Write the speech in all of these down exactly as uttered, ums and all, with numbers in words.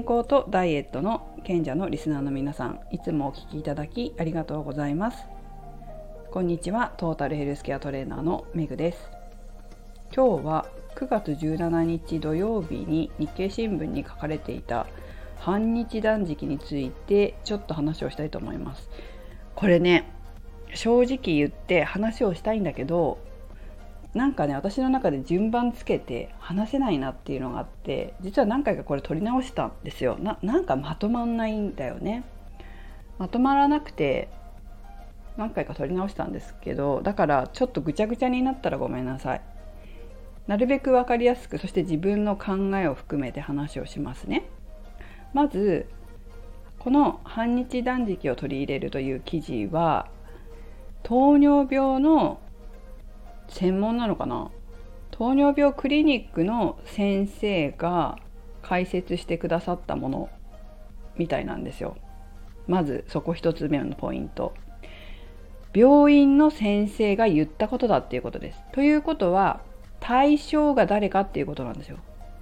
康とダイエットの賢者のリスナーの皆さん、いつもお聞きいただきありがとうございます。こんにちは。トータルヘルスケアトレーナーのメグです。今日はくがつじゅうしちにち土曜日に日経新聞に書かれていた半日断食についてちょっと話をしたいと思います。これね、正直言って話をしたいんだけど、なんかね、私の中で順番つけて話せないなっていうのがあって、実は何回かこれ撮り直したんですよ。 な, なんかまとまんないんだよね。まとまらなくて何回か撮り直したんですけど、だからちょっとぐちゃぐちゃになったらごめんなさい。なるべく分かりやすく、そして自分の考えを含めて話をしますね。まずこの半日断食を取り入れるという記事は、糖尿病の専門なのかな、糖尿病クリニックの先生が解説してくださったものみたいなんですよ。まずそこ一つ目のポイント、病院の先生が言ったことだっていうことです。ということは対象が誰かっていうことなんですよ。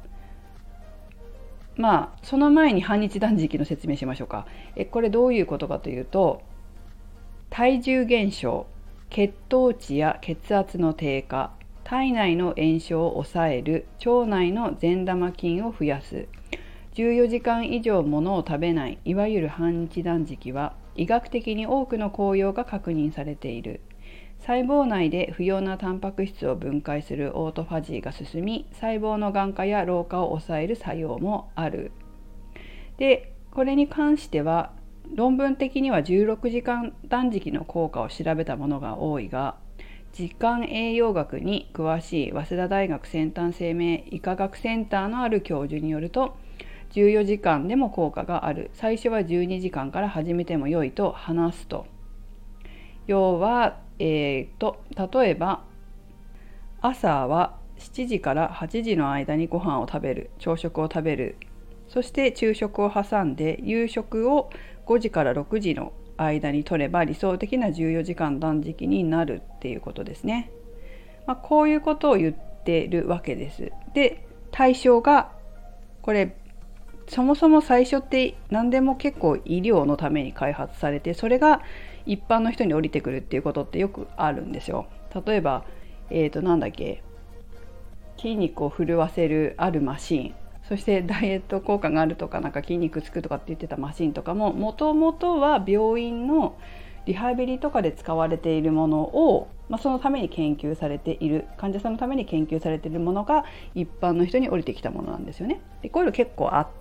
まあその前に半日断食の説明しましょうか。えこれどういうことかというと、体重減少、血糖値や血圧の低下、体内の炎症を抑える、腸内の善玉菌を増やす、じゅうよじかん以上ものを食べない、いわゆる半日断食は医学的に多くの効用が確認されている。細胞内で不要なタンパク質を分解するオートファジーが進み、細胞のがん化や老化を抑える作用もある。で、これに関しては論文的にはじゅうろくじかん断食の効果を調べたものが多いが、時間栄養学に詳しい早稲田大学先端生命医科学センターのある教授によると、じゅうよじかんでも効果がある。最初はじゅうにじかんから始めても良いと話すと。要は、えー、と例えば朝はしちじからはちじの間にご飯を食べる、朝食を食べる。そして昼食を挟んで夕食をごじからろくじの間に取れば理想的なじゅうよじかん断食になるっていうことですね。まあ、こういうことを言ってるわけです。で、対象がこれそもそも最初って何でも結構医療のために開発されて、それが一般の人に降りてくるっていうことってよくあるんですよ。例えば、えーとなんだっけ筋肉を震わせるあるマシーン、そしてダイエット効果があるとか、なんか筋肉つくとかって言ってたマシンとかも、もともとは病院のリハビリとかで使われているものを、まあ、そのために研究されている、患者さんのために研究されているものが一般の人に降りてきたものなんですよね。で、こういうの結構あって、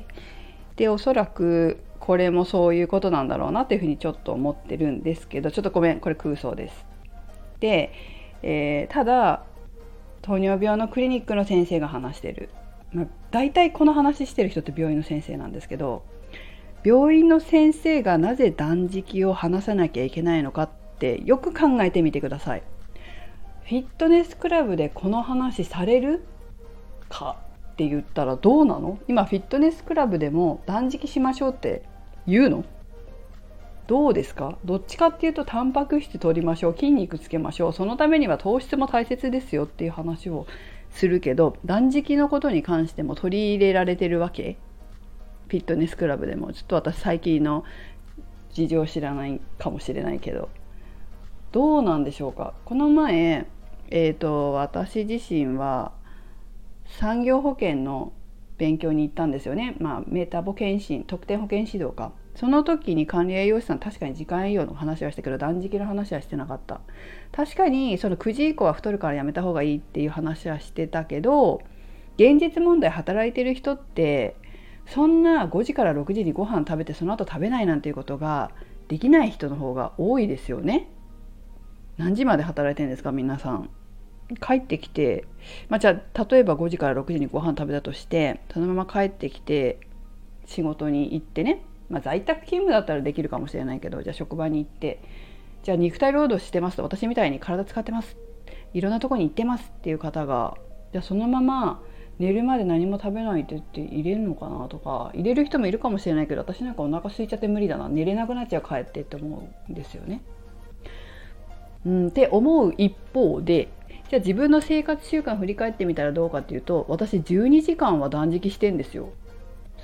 でおそらくこれもそういうことなんだろうなっていうふうにちょっと思ってるんですけど、ちょっとごめん、これ空想です。で、えー、ただ糖尿病のクリニックの先生が話してる、まあ、大体この話してる人って病院の先生なんですけど、病院の先生がなぜ断食を話さなきゃいけないのかってよく考えてみてください。フィットネスクラブでこの話されるかって言ったらどうなの？今フィットネスクラブでも断食しましょうって言うの？どうですか？どっちかっていうとタンパク質取りましょう、筋肉つけましょう、そのためには糖質も大切ですよっていう話をするけど、断食のことに関しても取り入れられてるわけ？フィットネスクラブでも。ちょっと私最近の事情知らないかもしれないけど、どうなんでしょうか。この前、えーと、私自身は産業保険の勉強に行ったんですよね。まあ、メタボ検診、特定保険指導か。その時に管理栄養士さん、確かに時間栄養の話はしたけど断食の話はしてなかった。確かにそのくじ以降は太るからやめた方がいいっていう話はしてたけど、現実問題働いてる人ってそんなごじからろくじにご飯食べてその後食べないなんていうことができない人の方が多いですよね。何時まで働いてるんですか皆さん。帰ってきて、まあ、じゃあ例えばごじからろくじにご飯食べたとして、そのまま帰ってきて仕事に行ってね、まあ、在宅勤務だったらできるかもしれないけど、じゃあ職場に行って、じゃあ肉体労働してますと、私みたいに体使ってます、いろんなとこに行ってますっていう方が、じゃあそのまま寝るまで何も食べないって言って入れるのかなとか、入れる人もいるかもしれないけど、私なんかお腹空いちゃって無理だな、寝れなくなっちゃう、帰ってって思うんですよね。うんって思う一方で、じゃあ自分の生活習慣振り返ってみたらどうかっていうと、私じゅうにじかんは断食してんですよ。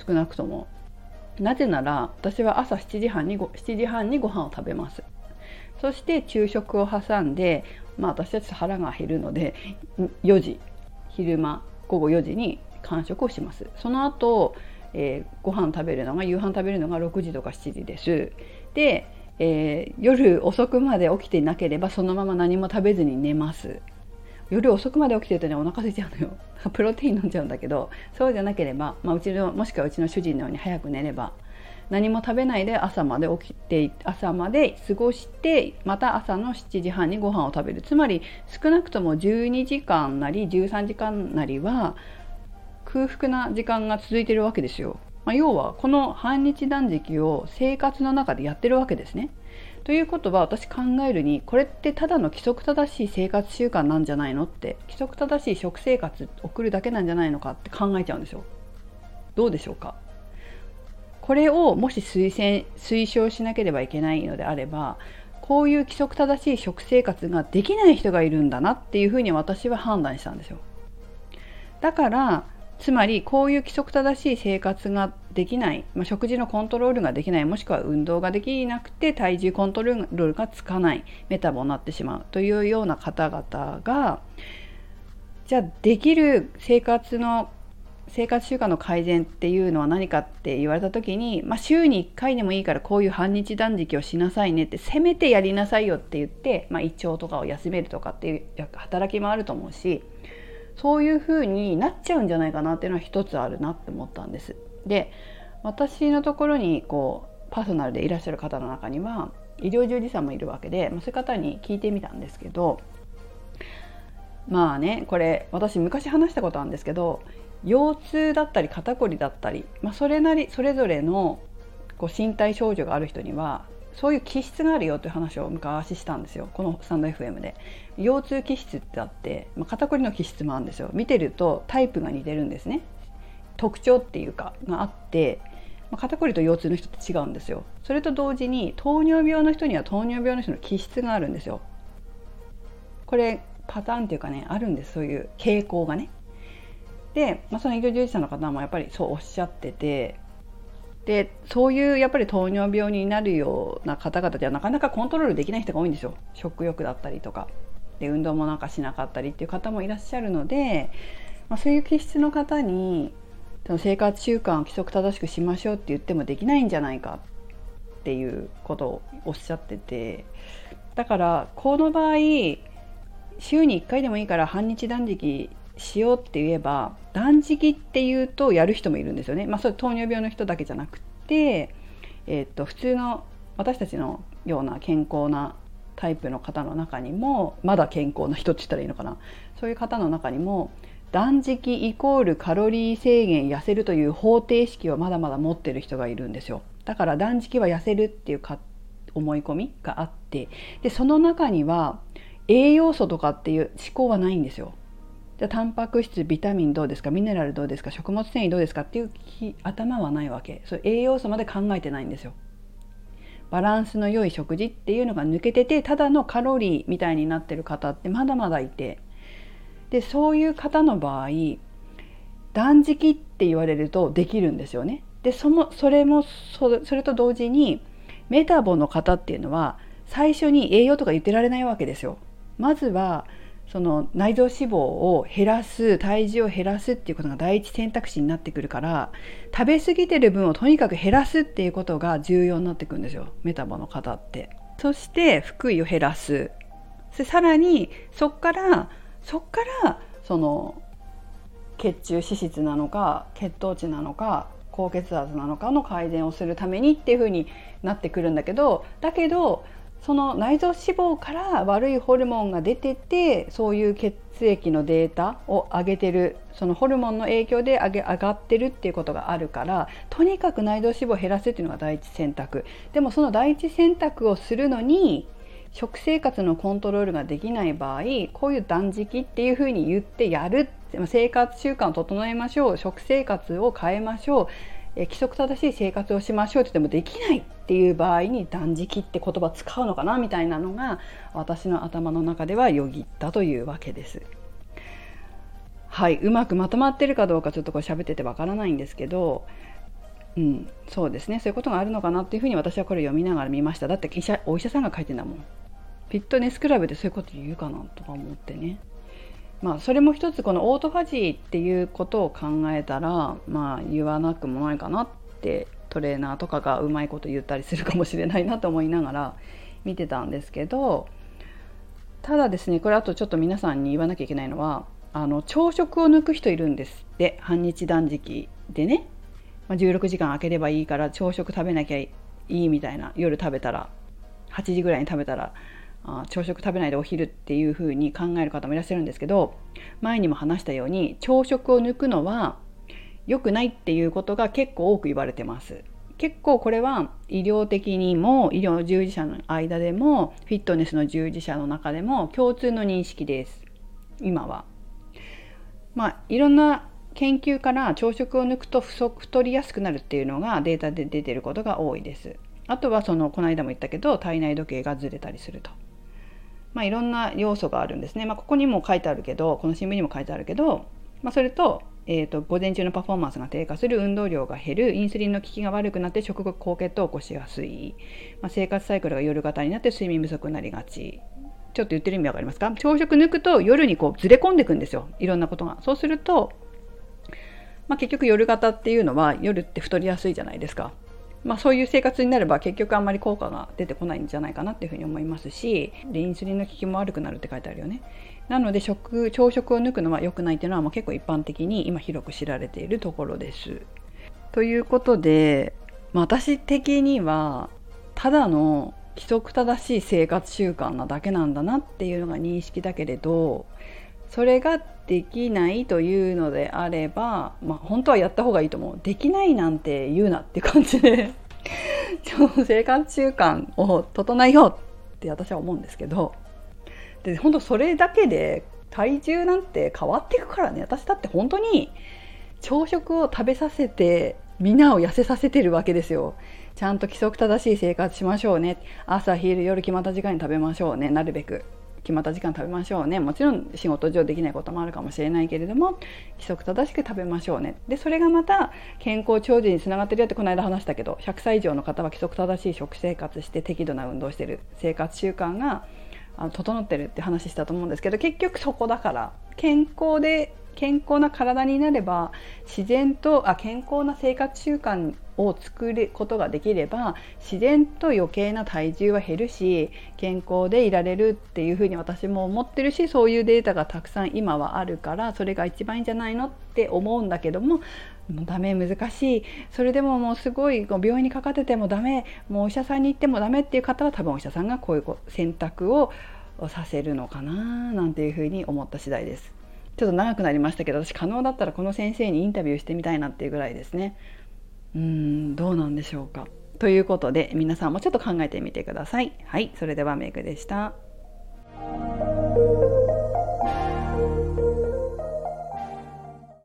少なくとも。なぜなら私は朝しちじはんにご、しちじはんにご飯を食べます。そして昼食を挟んで、まあ私たち腹が減るのでよじ、昼間ごごよじに間食をします。その後、えー、ご飯食べるのが夕飯食べるのがろくじとかしちじです。で、えー、夜遅くまで起きていなければそのまま何も食べずに寝ます。夜遅くまで起きてるとね、お腹空いちゃうのよ。プロテイン飲んじゃうんだけど、そうじゃなければ、まあ、うちのもしくはうちの主人のように早く寝れば、何も食べないで朝まで起きて朝まで過ごして、また朝のしちじはんにご飯を食べる。つまり少なくともじゅうにじかんなりじゅうさんじかんなりは空腹な時間が続いているわけですよ。まあ、要はこの半日断食を生活の中でやってるわけですね。ということは、私考えるに、これってただの規則正しい生活習慣なんじゃないのって、規則正しい食生活を送るだけなんじゃないのかって考えちゃうんですよ。どうでしょうか。これをもし推薦推奨しなければいけないのであれば、こういう規則正しい食生活ができない人がいるんだなっていうふうに私は判断したんですよ。だからつまりこういう規則正しい生活ができない、まあ、食事のコントロールができない、もしくは運動ができなくて体重コントロールがつかないメタボになってしまうというような方々が、じゃあできる生活の生活習慣の改善っていうのは何かって言われた時に、まあ、週にいっかいでもいいからこういう半日断食をしなさいねって、せめてやりなさいよって言って、まあ、胃腸とかを休めるとかっていう働きもあると思うし、そういう風になっちゃうんじゃないかなっていうのは一つあるなって思ったんです。で、私のところにこうパーソナルでいらっしゃる方の中には医療従事者もいるわけで、まあ、そういう方に聞いてみたんですけど、まあね、これ私昔話したことあるんですけど、腰痛だったり肩こりだったり、まあ、それなりそれぞれのこう身体症状がある人にはそういう気質があるよという話を昔したんですよ、このスタンド エフエム で。腰痛気質ってあって、まあ、肩こりの気質もあるんですよ。見てるとタイプが似てるんですね。特徴っていうかがあって、まあ、肩こりと腰痛の人って違うんですよ。それと同時に糖尿病の人には糖尿病の人の気質があるんですよ。これパターンっていうかね、あるんです、そういう傾向がね。で、まあ、その医療従事者の方もやっぱりそうおっしゃってて、でそういうやっぱり糖尿病になるような方々ではなかなかコントロールできない人が多いんですよ。食欲だったりとかで運動もなんかしなかったりっていう方もいらっしゃるので、まあ、そういう気質の方にその生活習慣を規則正しくしましょうって言ってもできないんじゃないかっていうことをおっしゃってて、だからこの場合週にいっかいでもいいから半日断食しようって言えば、断食っていうとやる人もいるんですよね。まあそれ糖尿病の人だけじゃなくて、えー、っと普通の私たちのような健康なタイプの方の中にも、まだ健康な人って言ったらいいのかな、そういう方の中にも断食イコールカロリー制限痩せるという方程式をまだまだ持ってる人がいるんですよ。だから断食は痩せるっていうか思い込みがあって、でその中には栄養素とかっていう思考はないんですよ。じゃあタンパク質、ビタミンどうですか、ミネラルどうですか、食物繊維どうですかっていう頭はないわけ。そう栄養素まで考えてないんですよ。バランスの良い食事っていうのが抜けてて、ただのカロリーみたいになってる方ってまだまだいて、でそういう方の場合断食って言われるとできるんですよね。で そ, もそれも そ, それと同時にメタボの方っていうのは最初に栄養とか言ってられないわけですよ。まずはその内臓脂肪を減らす、体重を減らすっていうことが第一選択肢になってくるから、食べ過ぎてる分をとにかく減らすっていうことが重要になってくるんですよ、メタボの方って。そして腹囲を減らす。さらにそっからそっからその血中脂質なのか血糖値なのか高血圧なのかの改善をするためにっていう風になってくるんだけど、だけどその内臓脂肪から悪いホルモンが出てて、そういう血液のデータを上げてる、そのホルモンの影響で上げ上がってるっていうことがあるから、とにかく内臓脂肪を減らすっていうのが第一選択。でもその第一選択をするのに食生活のコントロールができない場合、こういう断食っていうふうに言ってやる、生活習慣を整えましょう、食生活を変えましょう、規則正しい生活をしましょうって言ってもできないっていう場合に断食って言葉使うのかなみたいなのが私の頭の中ではよぎったというわけです。はい、うまくまとまってるかどうかちょっとこれ喋っててわからないんですけど、 うん、そうですね、そういうことがあるのかなっていうふうに私はこれ読みながら見ました。だって医者お医者さんが書いてんだもん。フィットネスクラブでそういうこと言うかなとか思ってね。まあそれも一つこのオートファジーっていうことを考えたら、まあ言わなくもないかなって、トレーナーとかがうまいこと言ったりするかもしれないなと思いながら見てたんですけど、ただですね、これあとちょっと皆さんに言わなきゃいけないのは、あの朝食を抜く人いるんですって。半日断食でね、まあ、じゅうろくじかん空ければいいから朝食食べなきゃいいみたいな、夜食べたらはちじぐらいに食べたらあ朝食食べないでお昼っていう風に考える方もいらっしゃるんですけど、前にも話したように朝食を抜くのは良くないっていうことが結構多く言われてます。結構これは医療的にも医療従事者の間でもフィットネスの従事者の中でも共通の認識です。今はまあいろんな研究から朝食を抜くと不足太りやすくなるっていうのがデータで出てることが多いです。あとはそのこの間も言ったけど体内時計がずれたりすると、まあ、いろんな要素があるんですね。まあ、ここにも書いてあるけど、この新聞にも書いてあるけど、まあ、それと、えーと、午前中のパフォーマンスが低下する、運動量が減る、インスリンの効きが悪くなって食後高血糖を起こしやすい、まあ、生活サイクルが夜型になって睡眠不足になりがち。ちょっと言ってる意味わかりますか？朝食抜くと夜にこうずれ込んでいくんですよ、いろんなことが。そうすると、まあ、結局夜型っていうのは夜って太りやすいじゃないですか。まあ、そういう生活になれば結局あんまり効果が出てこないんじゃないかなっていうふうに思いますし、でインスリンの効きも悪くなるって書いてあるよね。なので食朝食を抜くのは良くないっていうのはもう結構一般的に今広く知られているところです。ということで、まあ、私的にはただの規則正しい生活習慣なだけなんだなっていうのが認識だけれど、それができないというのであれば、まあ、本当はやった方がいいと思う。できないなんて言うなって感じで生活習慣を整えようって私は思うんですけど、で本当それだけで体重なんて変わっていくからね。私だって本当に朝食を食べさせてみんなを痩せさせてるわけですよ。ちゃんと規則正しい生活しましょうね、朝昼夜決まった時間に食べましょうね、なるべく決まった時間食べましょうね。もちろん仕事上できないこともあるかもしれないけれども、規則正しく食べましょうね。でそれがまた健康長寿につながってるよってこの間話したけど、ひゃくさい以上の方は規則正しい食生活して適度な運動してる、生活習慣が整ってるって話したと思うんですけど、結局そこだから、健康で健康な体になれば自然とあ健康な生活習慣を作ることができれば自然と余計な体重は減るし健康でいられるっていうふうに私も思ってるし、そういうデータがたくさん今はあるからそれが一番いいんじゃないのって思うんだけども、もうダメ、難しい、それでももうすごい病院にかかっててもダメ、もうお医者さんに行ってもダメっていう方は多分お医者さんがこういう選択をさせるのかななんていうふうに思った次第です。ちょっと長くなりましたけど、私可能だったらこの先生にインタビューしてみたいなっていうぐらいですね。うーんどうなんでしょうか。ということで皆さんもちょっと考えてみてください。はい、それではメグでした。